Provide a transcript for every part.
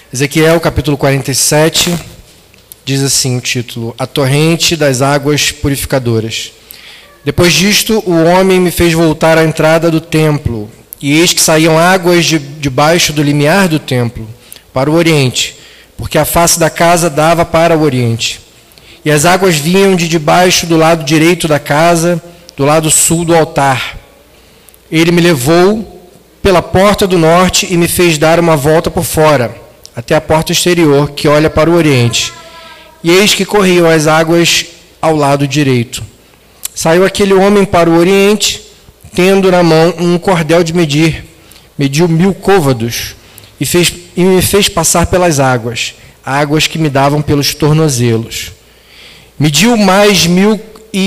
Ezequiel, capítulo 47, diz assim o título: A torrente das águas purificadoras. Depois disto, o homem me fez voltar à entrada do templo, e eis que saíam águas debaixo do limiar do templo, para o oriente, porque a face da casa dava para o oriente. E as águas vinham de debaixo do lado direito da casa, do lado sul do altar. Ele me levou pela porta do norte e me fez dar uma volta por fora, até a porta exterior, que olha para o oriente. E eis que corriam as águas ao lado direito. Saiu aquele homem para o oriente, tendo na mão um cordel de medir. Mediu 1000 côvados e me fez passar pelas águas, águas que me davam pelos tornozelos. Mediu mais 1000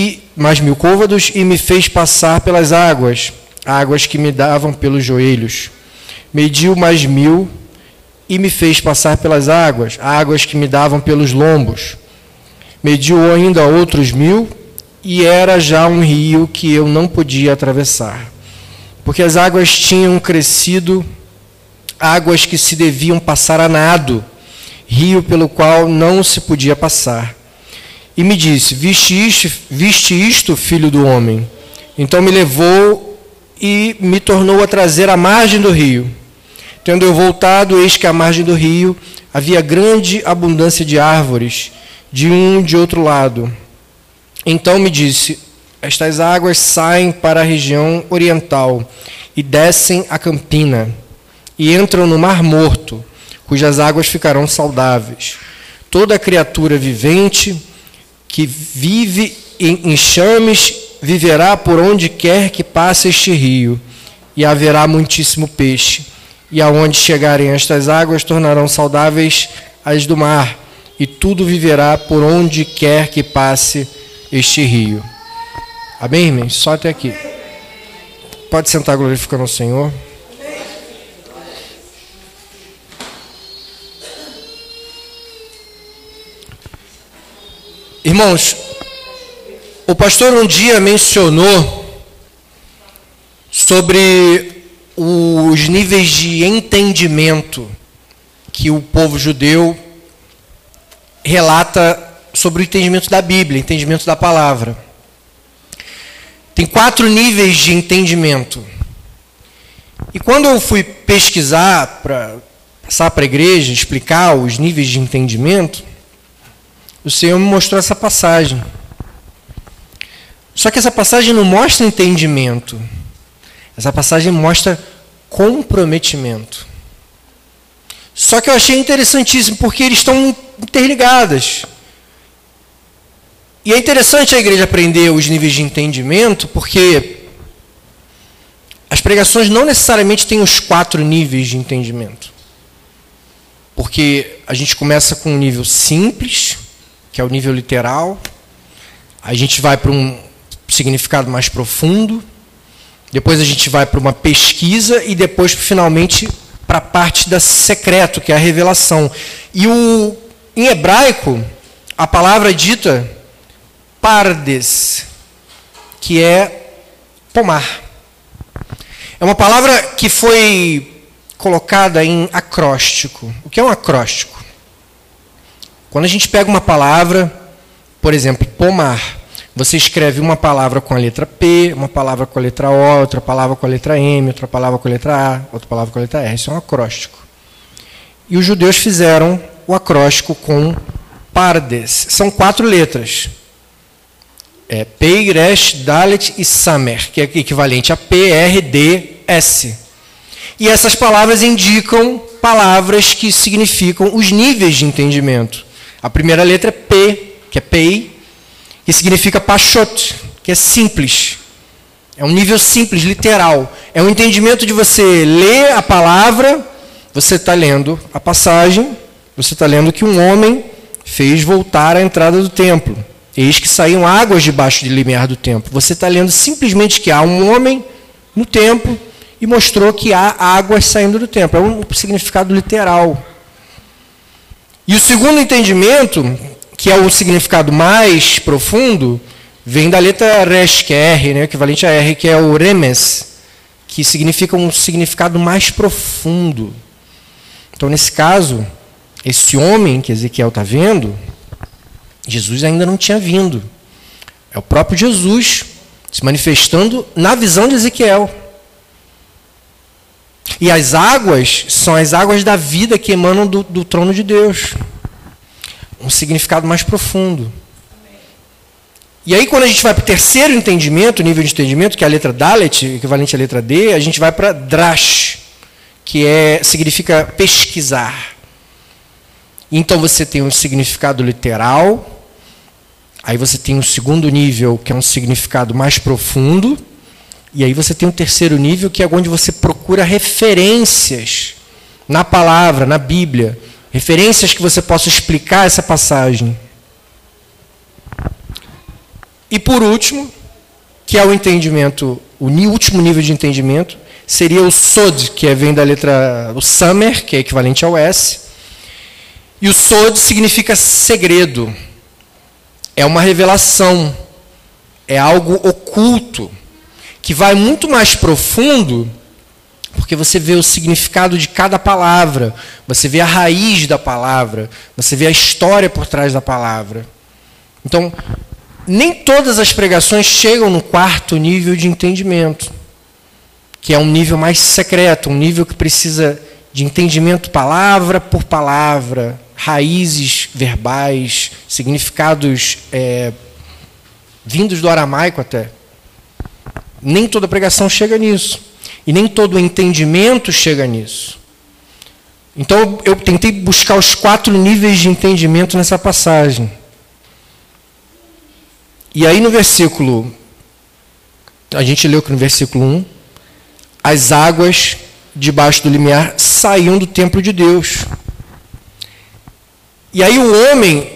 côvados e me fez passar pelas águas, águas que me davam pelos joelhos. Mediu mais 1000 e me fez passar pelas águas, águas que me davam pelos lombos. Mediu ainda outros 1000, e era já um rio que eu não podia atravessar, porque as águas tinham crescido, águas que se deviam passar a nado, rio pelo qual não se podia passar. E me disse: viste isto, filho do homem? Então me levou e me tornou a trazer à margem do rio. Tendo eu voltado, eis que à margem do rio havia grande abundância de árvores, de um e de outro lado. Então me disse: estas águas saem para a região oriental e descem a Campina, e entram no Mar Morto, cujas águas ficarão saudáveis. Toda criatura vivente que vive em enxames viverá por onde quer que passe este rio, e haverá muitíssimo peixe. E aonde chegarem estas águas, tornarão saudáveis as do mar, e tudo viverá por onde quer que passe este rio. Amém, irmãos? Só até aqui. Pode sentar glorificando ao Senhor. Irmãos, o pastor um dia mencionou sobre os níveis de entendimento que o povo judeu relata sobre o entendimento da Bíblia, entendimento da palavra. Tem 4 níveis de entendimento. E quando eu fui pesquisar, para passar para a igreja, explicar os níveis de entendimento, o Senhor me mostrou essa passagem. Só que essa passagem não mostra entendimento. Essa passagem mostra comprometimento. Só que eu achei interessantíssimo, porque eles estão interligados. E é interessante a igreja aprender os níveis de entendimento, porque as pregações não necessariamente têm os 4 níveis de entendimento. Porque a gente começa com um nível simples, que é o nível literal, a gente vai para um significado mais profundo, depois a gente vai para uma pesquisa e depois, finalmente, para a parte da secreto, que é a revelação. E em hebraico, a palavra dita pardes, que é pomar. É uma palavra que foi colocada em acróstico. O que é um acróstico? Quando a gente pega uma palavra, por exemplo, pomar, você escreve uma palavra com a letra P, uma palavra com a letra O, outra palavra com a letra M, outra palavra com a letra A, outra palavra com a letra R. Isso é um acróstico. E os judeus fizeram o acróstico com pardes. São 4 letras. P, Resh, Dalet e Samer, que é equivalente a P, R, D, S. E essas palavras indicam palavras que significam os níveis de entendimento. A primeira letra é P, que é Pei, que significa Pashot, que é simples. É um nível simples, literal. É um entendimento de você ler a palavra, você está lendo a passagem, você está lendo que um homem fez voltar à entrada do templo. Eis que saíam águas debaixo do limiar do templo. Você está lendo simplesmente que há um homem no templo e mostrou que há águas saindo do templo. É um significado literal. E o segundo entendimento, que é o significado mais profundo, vem da letra Resh, que é R, né, equivalente a R, que é o Remes, que significa um significado mais profundo. Então, nesse caso, esse homem que Ezequiel está vendo, Jesus ainda não tinha vindo. É o próprio Jesus se manifestando na visão de Ezequiel. E as águas são as águas da vida que emanam do trono de Deus. Um significado mais profundo. E aí, quando a gente vai para o terceiro entendimento, nível de entendimento, que é a letra Dalet, equivalente à letra D, a gente vai para Drash, que significa pesquisar. Então você tem um significado literal, aí você tem um segundo nível, que é um significado mais profundo, e aí você tem um terceiro nível, que é onde você procura referências na palavra, na Bíblia, referências que você possa explicar essa passagem. E por último, que é o entendimento, o último nível de entendimento, seria o Sod, que vem da letra o Samer, que é equivalente ao S. E o Sod significa segredo. É uma revelação. É algo oculto, que vai muito mais profundo, porque você vê o significado de cada palavra, você vê a raiz da palavra, você vê a história por trás da palavra. Então, nem todas as pregações chegam no quarto nível de entendimento, que é um nível mais secreto, um nível que precisa de entendimento palavra por palavra, raízes verbais, significados vindos do aramaico até. Nem toda pregação chega nisso. E nem todo entendimento chega nisso. Então eu tentei buscar os 4 níveis de entendimento nessa passagem. E aí no versículo, a gente leu que no versículo 1, as águas debaixo do limiar saíam do templo de Deus. E aí o homem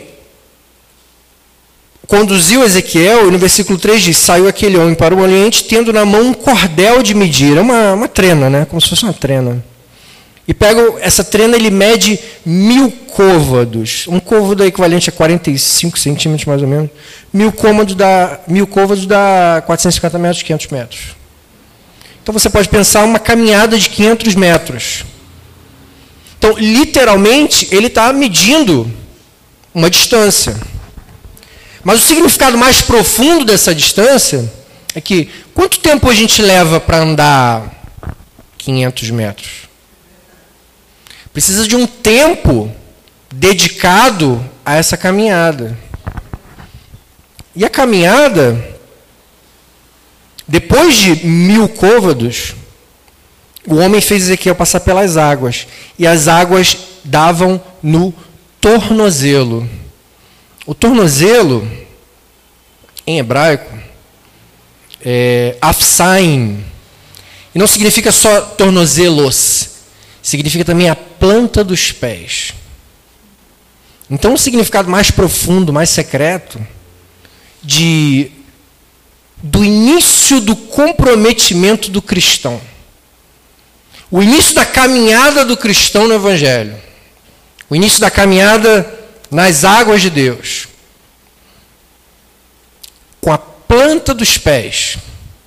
conduziu Ezequiel, e no versículo 3 diz, saiu aquele homem para o oriente, tendo na mão um cordel de medir, uma trena, né? Como se fosse uma trena. E pega essa trena, ele mede 1000 côvados. Um côvado é equivalente a 45 centímetros, mais ou menos. 1000 côvados dá 450 metros, 500 metros. Então você pode pensar uma caminhada de 500 metros. Então, literalmente, ele está medindo uma distância. Mas o significado mais profundo dessa distância é que quanto tempo a gente leva para andar 500 metros? Precisa de um tempo dedicado a essa caminhada. E a caminhada, depois de 1000 côvados, o homem fez Ezequiel passar pelas águas. E as águas davam no tornozelo. O tornozelo, em hebraico, é afsaim. E não significa só tornozelos. Significa também a planta dos pés. Então, um significado mais profundo, mais secreto, do início do comprometimento do cristão. O início da caminhada do cristão no Evangelho. O início da caminhada nas águas de Deus. Com a planta dos pés.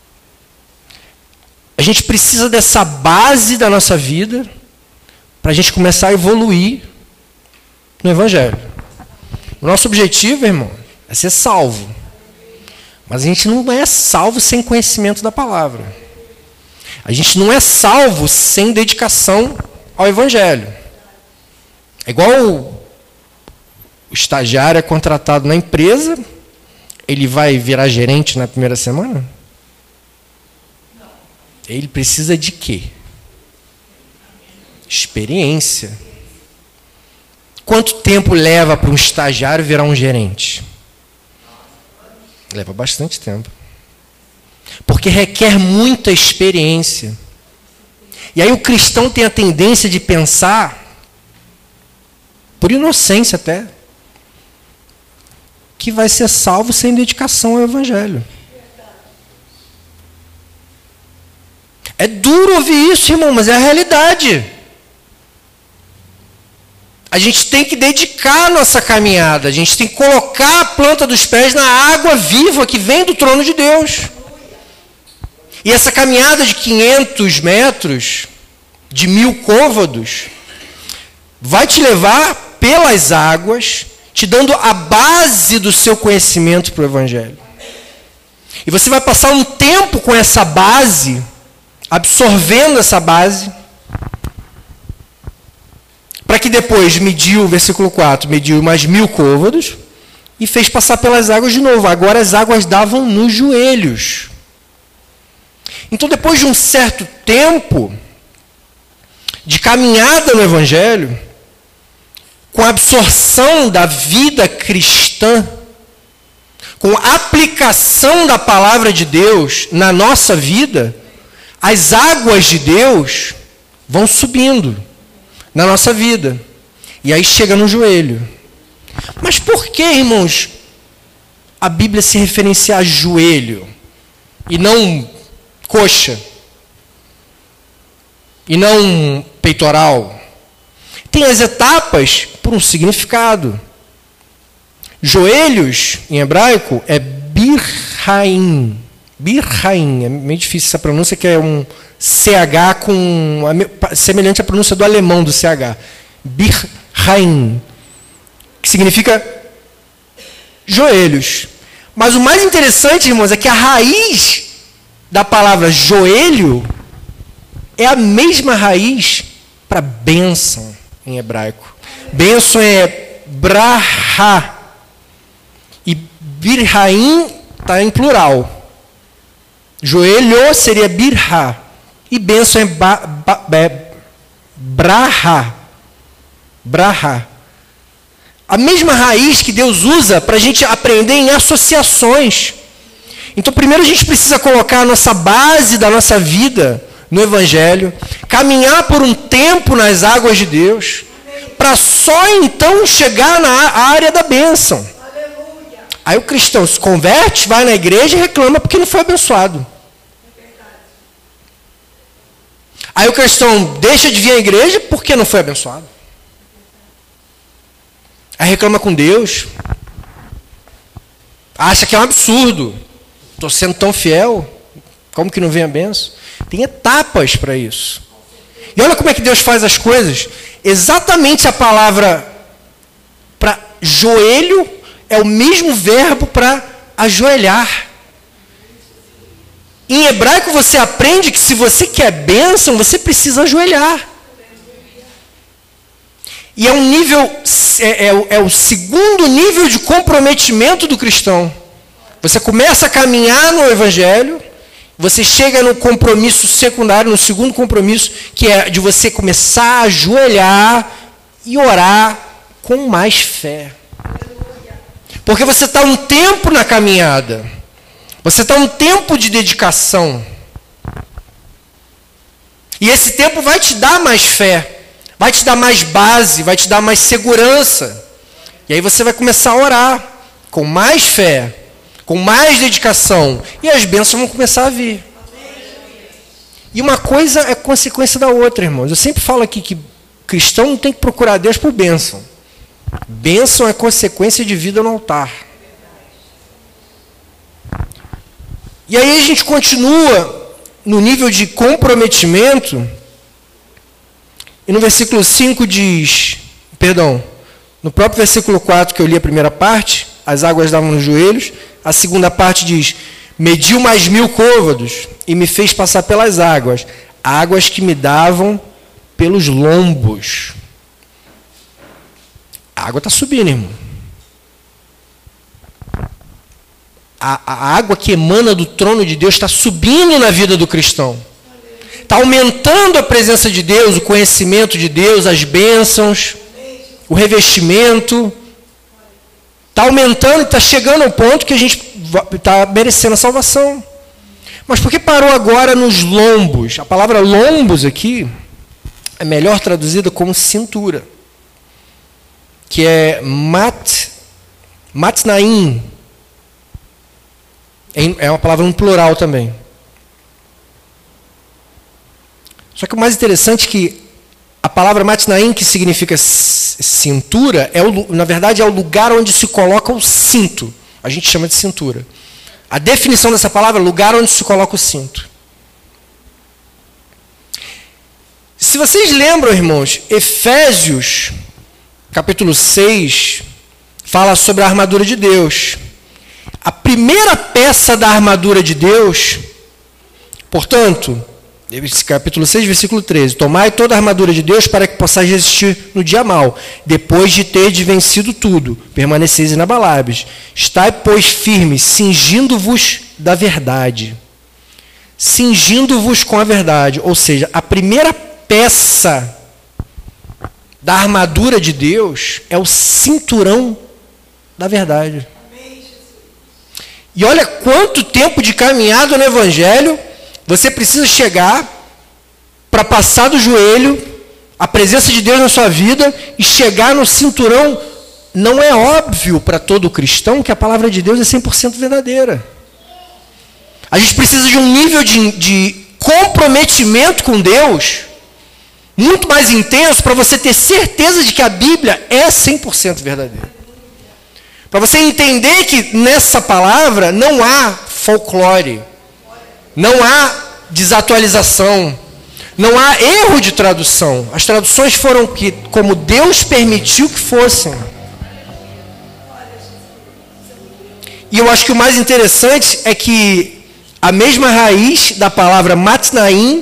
A gente precisa dessa base da nossa vida para a gente começar a evoluir no Evangelho. O nosso objetivo, irmão, é ser salvo. Mas a gente não é salvo sem conhecimento da palavra. A gente não é salvo sem dedicação ao Evangelho. É igual o estagiário é contratado na empresa, ele vai virar gerente na primeira semana? Ele precisa de quê? Experiência. Quanto tempo leva para um estagiário virar um gerente? Leva bastante tempo. Porque requer muita experiência. E aí o cristão tem a tendência de pensar, por inocência até, que vai ser salvo sem dedicação ao Evangelho. É duro ouvir isso, irmão, mas é a realidade. A gente tem que dedicar a nossa caminhada, a gente tem que colocar a planta dos pés na água viva que vem do trono de Deus. E essa caminhada de 500 metros, de 1000 côvados, vai te levar pelas águas, te dando a base do seu conhecimento para o Evangelho. E você vai passar um tempo com essa base, absorvendo essa base, para que depois mediu, versículo 4, mediu mais 1000 côvados e fez passar pelas águas de novo. Agora as águas davam nos joelhos. Então, depois de um certo tempo de caminhada no Evangelho, com a absorção da vida cristã, com a aplicação da palavra de Deus na nossa vida, as águas de Deus vão subindo na nossa vida. E aí chega no joelho. Mas por que, irmãos, a Bíblia se referencia a joelho e não coxa? E não peitoral? Tem as etapas por um significado. Joelhos, em hebraico, é birhaim. Birhaim, é meio difícil essa pronúncia, que é um CH semelhante à pronúncia do alemão do CH. Birhaim, que significa joelhos. Mas o mais interessante, irmãos, é que a raiz da palavra joelho é a mesma raiz para bênção em hebraico. Bênção é braha. E birhaim está em plural. Joelho seria birha. E bênção é braha. Braha. A mesma raiz que Deus usa para a gente aprender em associações. Então, primeiro a gente precisa colocar a nossa base da nossa vida no Evangelho, caminhar por um tempo nas águas de Deus, para só então chegar na área da bênção. Aí o cristão se converte, vai na igreja e reclama porque não foi abençoado. Aí o cristão deixa de vir à igreja porque não foi abençoado. Aí reclama com Deus. Acha que é um absurdo. Estou sendo tão fiel. Como que não vem a bênção? Tem etapas para isso. E olha como é que Deus faz as coisas. Exatamente a palavra para joelho é o mesmo verbo para ajoelhar. Em hebraico você aprende que se você quer bênção, você precisa ajoelhar. E é um nível, é o segundo nível de comprometimento do cristão. Você começa a caminhar no Evangelho, você chega no compromisso secundário, no segundo compromisso, que é de você começar a ajoelhar e orar com mais fé. Porque você está um tempo na caminhada. Você está um tempo de dedicação. E esse tempo vai te dar mais fé. Vai te dar mais base, vai te dar mais segurança. E aí você vai começar a orar com mais fé, com mais dedicação. E as bênçãos vão começar a vir. E uma coisa é consequência da outra, irmãos. Eu sempre falo aqui que cristão não tem que procurar Deus por bênção. Bênção é consequência de vida no altar. E aí a gente continua no nível de comprometimento. E no versículo 5 diz, no próprio versículo 4 que eu li a primeira parte, as águas davam nos joelhos. A segunda parte diz, mediu mais 1000 côvados e me fez passar pelas águas, águas que me davam pelos lombos. A água está subindo, irmão. A água que emana do trono de Deus está subindo na vida do cristão. Está aumentando a presença de Deus, o conhecimento de Deus, as bênçãos, o revestimento. Está aumentando e está chegando ao ponto que a gente está merecendo a salvação. Mas por que parou agora nos lombos? A palavra lombos aqui é melhor traduzida como cintura, que é matnaim. É uma palavra no plural também. Só que o mais interessante é que a palavra matnaim, que significa cintura, na verdade é o lugar onde se coloca o cinto. A gente chama de cintura. A definição dessa palavra é lugar onde se coloca o cinto. Se vocês lembram, irmãos, Efésios, capítulo 6, fala sobre a armadura de Deus. A primeira peça da armadura de Deus, portanto, capítulo 6, versículo 13. Tomai toda a armadura de Deus para que possais resistir no dia mau. Depois de terdes vencido tudo, permaneceis inabaláveis. Estai, pois, firmes, cingindo-vos da verdade. Cingindo-vos com a verdade. Ou seja, a primeira peça da armadura de Deus é o cinturão da verdade. E olha quanto tempo de caminhada no Evangelho você precisa chegar para passar do joelho a presença de Deus na sua vida e chegar no cinturão. Não é óbvio para todo cristão que a palavra de Deus é 100% verdadeira. A gente precisa de um nível de comprometimento com Deus muito mais intenso para você ter certeza de que a Bíblia é 100% verdadeira. Para você entender que nessa palavra não há folclore, não há desatualização, não há erro de tradução. As traduções foram como Deus permitiu que fossem. E eu acho que o mais interessante é que a mesma raiz da palavra matnaim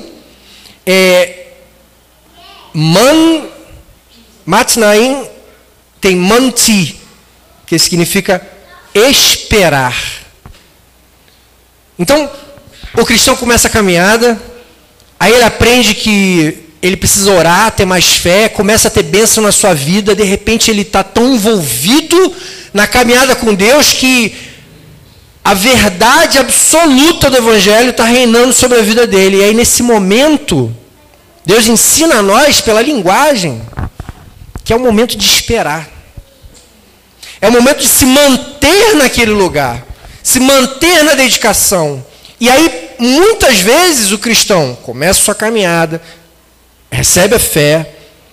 matnaim tem manti, que significa esperar. Então, o cristão começa a caminhada, aí ele aprende que ele precisa orar, ter mais fé, começa a ter bênção na sua vida, de repente ele está tão envolvido na caminhada com Deus que a verdade absoluta do Evangelho está reinando sobre a vida dele. E aí nesse momento, Deus ensina a nós pela linguagem, que é o momento de esperar. É o momento de se manter naquele lugar, se manter na dedicação. E aí, muitas vezes, o cristão começa a sua caminhada, recebe a fé,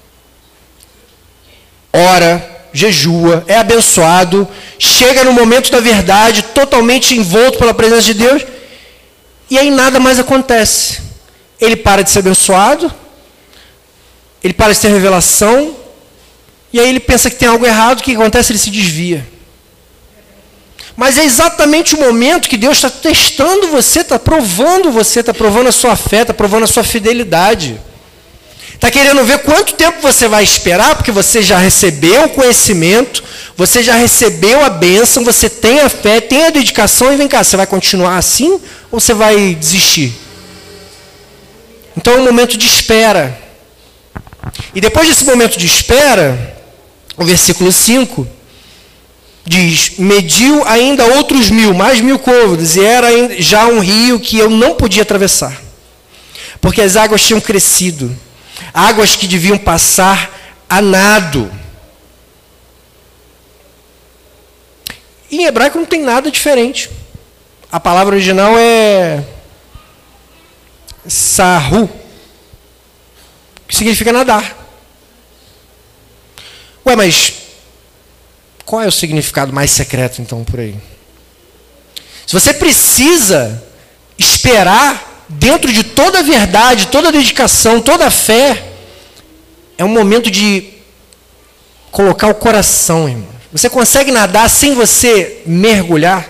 ora, jejua, é abençoado, chega no momento da verdade, totalmente envolto pela presença de Deus, e aí nada mais acontece. Ele para de ser abençoado, ele para de ter revelação, e aí ele pensa que tem algo errado, o que acontece? Ele se desvia. Mas é exatamente o momento que Deus está testando você, está provando você, está provando a sua fé, está provando a sua fidelidade. Está querendo ver quanto tempo você vai esperar, porque você já recebeu o conhecimento, você já recebeu a bênção, você tem a fé, tem a dedicação, e vem cá, você vai continuar assim ou você vai desistir? Então é um momento de espera. E depois desse momento de espera, o versículo 5 diz: mediu ainda outros 1000, mais 1000 côvados, e era já um rio que eu não podia atravessar, porque as águas tinham crescido, águas que deviam passar a nado. Em hebraico não tem nada diferente. A palavra original é sahu, que significa nadar. Ué, mas qual é o significado mais secreto, então, por aí? Se você precisa esperar dentro de toda a verdade, toda a dedicação, toda a fé, é um momento de colocar o coração, irmão. Você consegue nadar sem você mergulhar?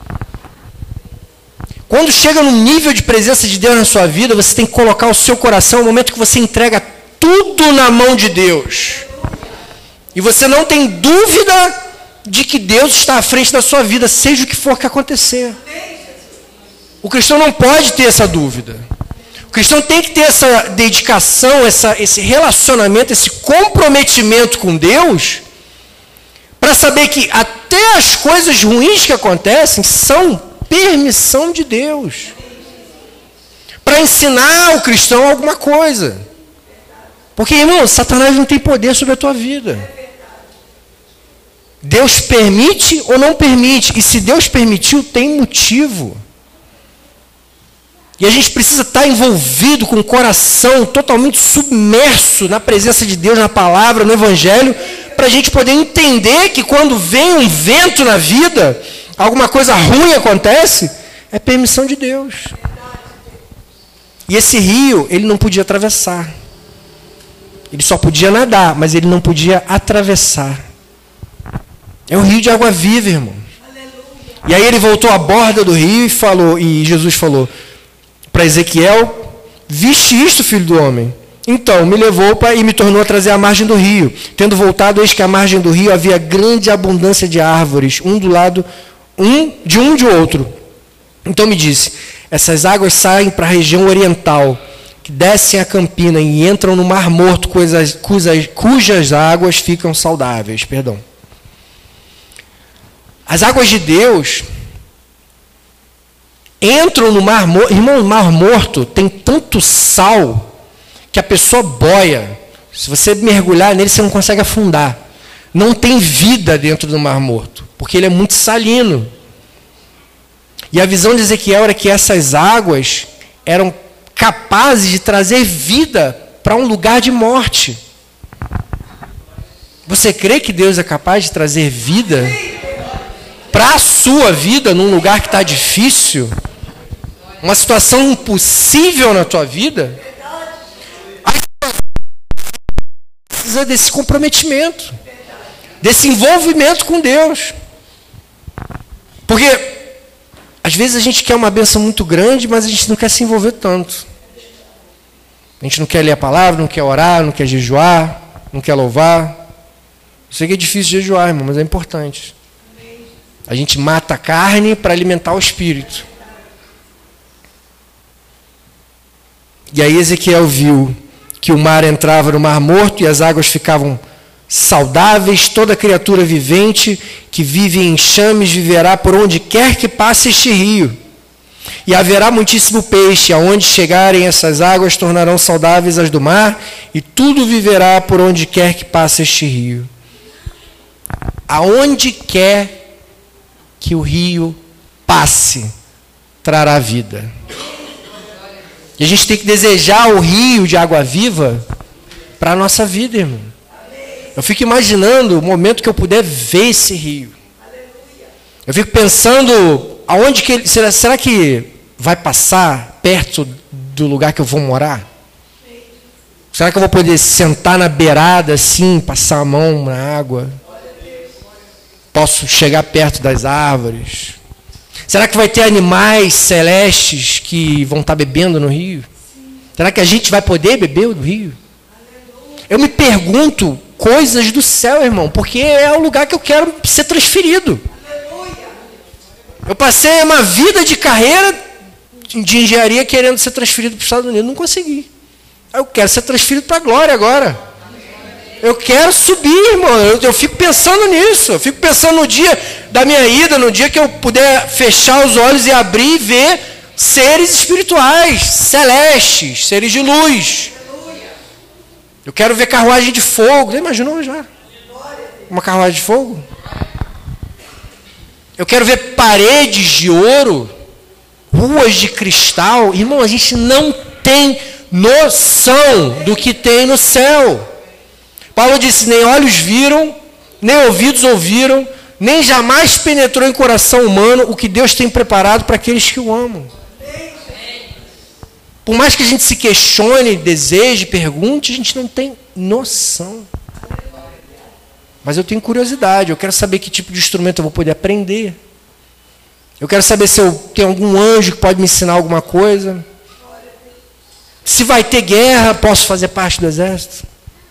Quando chega no nível de presença de Deus na sua vida, você tem que colocar o seu coração, é o momento que você entrega tudo na mão de Deus. E você não tem dúvida de que Deus está à frente da sua vida, seja o que for que acontecer. O cristão não pode ter essa dúvida. O cristão tem que ter essa dedicação, esse relacionamento, esse comprometimento com Deus, para saber que até as coisas ruins que acontecem são permissão de Deus, para ensinar o cristão alguma coisa. Porque, irmão, Satanás não tem poder sobre a tua vida. Deus permite ou não permite, e se Deus permitiu, tem motivo. E a gente precisa estar envolvido com o coração totalmente submerso na presença de Deus, na palavra, no Evangelho, para a gente poder entender que quando vem um vento na vida, alguma coisa ruim acontece, é permissão de Deus. E esse rio, ele não podia atravessar. Ele só podia nadar, mas ele não podia atravessar. É um rio de água viva, irmão. E aí ele voltou à borda do rio e Jesus falou para Ezequiel: viste isto, filho do homem? Então me levou e me tornou a trazer à margem do rio. Tendo voltado, eis que à margem do rio havia grande abundância de árvores, um do lado, de um de outro. Então me disse: essas águas saem para a região oriental, que descem a campina e entram no Mar Morto, cujas águas ficam saudáveis. As águas de Deus entram no Mar Morto. Irmão, o Mar Morto tem tanto sal que a pessoa boia. Se você mergulhar nele, você não consegue afundar. Não tem vida dentro do Mar Morto, porque ele é muito salino. E a visão de Ezequiel era que essas águas eram capazes de trazer vida para um lugar de morte. Você crê que Deus é capaz de trazer vida para a sua vida num lugar que está difícil? Uma situação impossível na tua vida? Precisa desse comprometimento, desse envolvimento com Deus. Porque às vezes a gente quer uma bênção muito grande, mas a gente não quer se envolver tanto. A gente não quer ler a palavra, não quer orar, não quer jejuar, não quer louvar. Eu sei que é difícil jejuar, irmão, mas é importante. A gente mata a carne para alimentar o espírito. E aí Ezequiel viu que o mar entrava no Mar Morto e as águas ficavam saudáveis. Toda criatura vivente que vive em enxames viverá por onde quer que passe este rio. E haverá muitíssimo peixe, aonde chegarem essas águas tornarão saudáveis as do mar, e tudo viverá por onde quer que passe este rio. Aonde quer que o rio passe, trará vida. E a gente tem que desejar o rio de água viva para a nossa vida, irmão. Eu fico imaginando o momento que eu puder ver esse rio. Eu fico pensando, aonde que ele, será que vai passar perto do lugar que eu vou morar? Será que eu vou poder sentar na beirada assim, passar a mão na água? Posso chegar perto das árvores? Será que vai ter animais celestes que vão estar bebendo no rio? Será que a gente vai poder beber no rio? Eu me pergunto coisas do céu, irmão, porque é o lugar que eu quero ser transferido. Eu passei uma vida de carreira de engenharia querendo ser transferido para os Estados Unidos, não consegui. Eu quero ser transferido para a glória agora. Eu quero subir, irmão. Eu fico pensando nisso. Eu fico pensando no dia da minha ida, no dia que eu puder fechar os olhos e abrir e ver seres espirituais, celestes, seres de luz. Eu quero ver carruagem de fogo. Você imaginou já? Uma carruagem de fogo? Eu quero ver paredes de ouro, ruas de cristal. Irmão, a gente não tem noção do que tem no céu. Paulo disse: nem olhos viram, nem ouvidos ouviram, nem jamais penetrou em coração humano o que Deus tem preparado para aqueles que o amam. Por mais que a gente se questione, deseje, pergunte, a gente não tem noção. Mas eu tenho curiosidade, eu quero saber que tipo de instrumento eu vou poder aprender. Eu quero saber se eu tenho algum anjo que pode me ensinar alguma coisa. Se vai ter guerra, posso fazer parte do exército.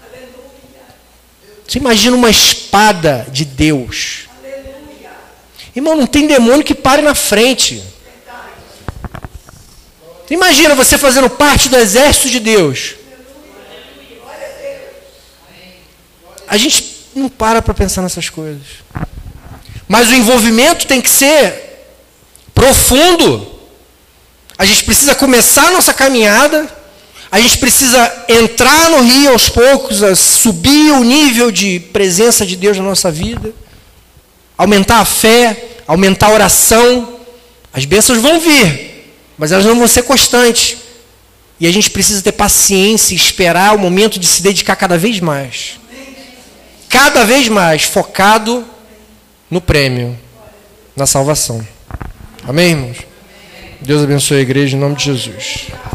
Você imagina uma espada de Deus. Irmão, não tem demônio que pare na frente. Imagina você fazendo parte do exército de Deus. A gente não para pensar nessas coisas. Mas o envolvimento tem que ser profundo. A gente precisa começar a nossa caminhada. A gente precisa entrar no rio aos poucos, a subir o nível de presença de Deus na nossa vida. Aumentar a fé, aumentar a oração. As bênçãos vão vir, mas elas não vão ser constantes. E a gente precisa ter paciência e esperar o momento de se dedicar cada vez mais. Cada vez mais focado no prêmio, na salvação. Amém, irmãos? Deus abençoe a igreja em nome de Jesus.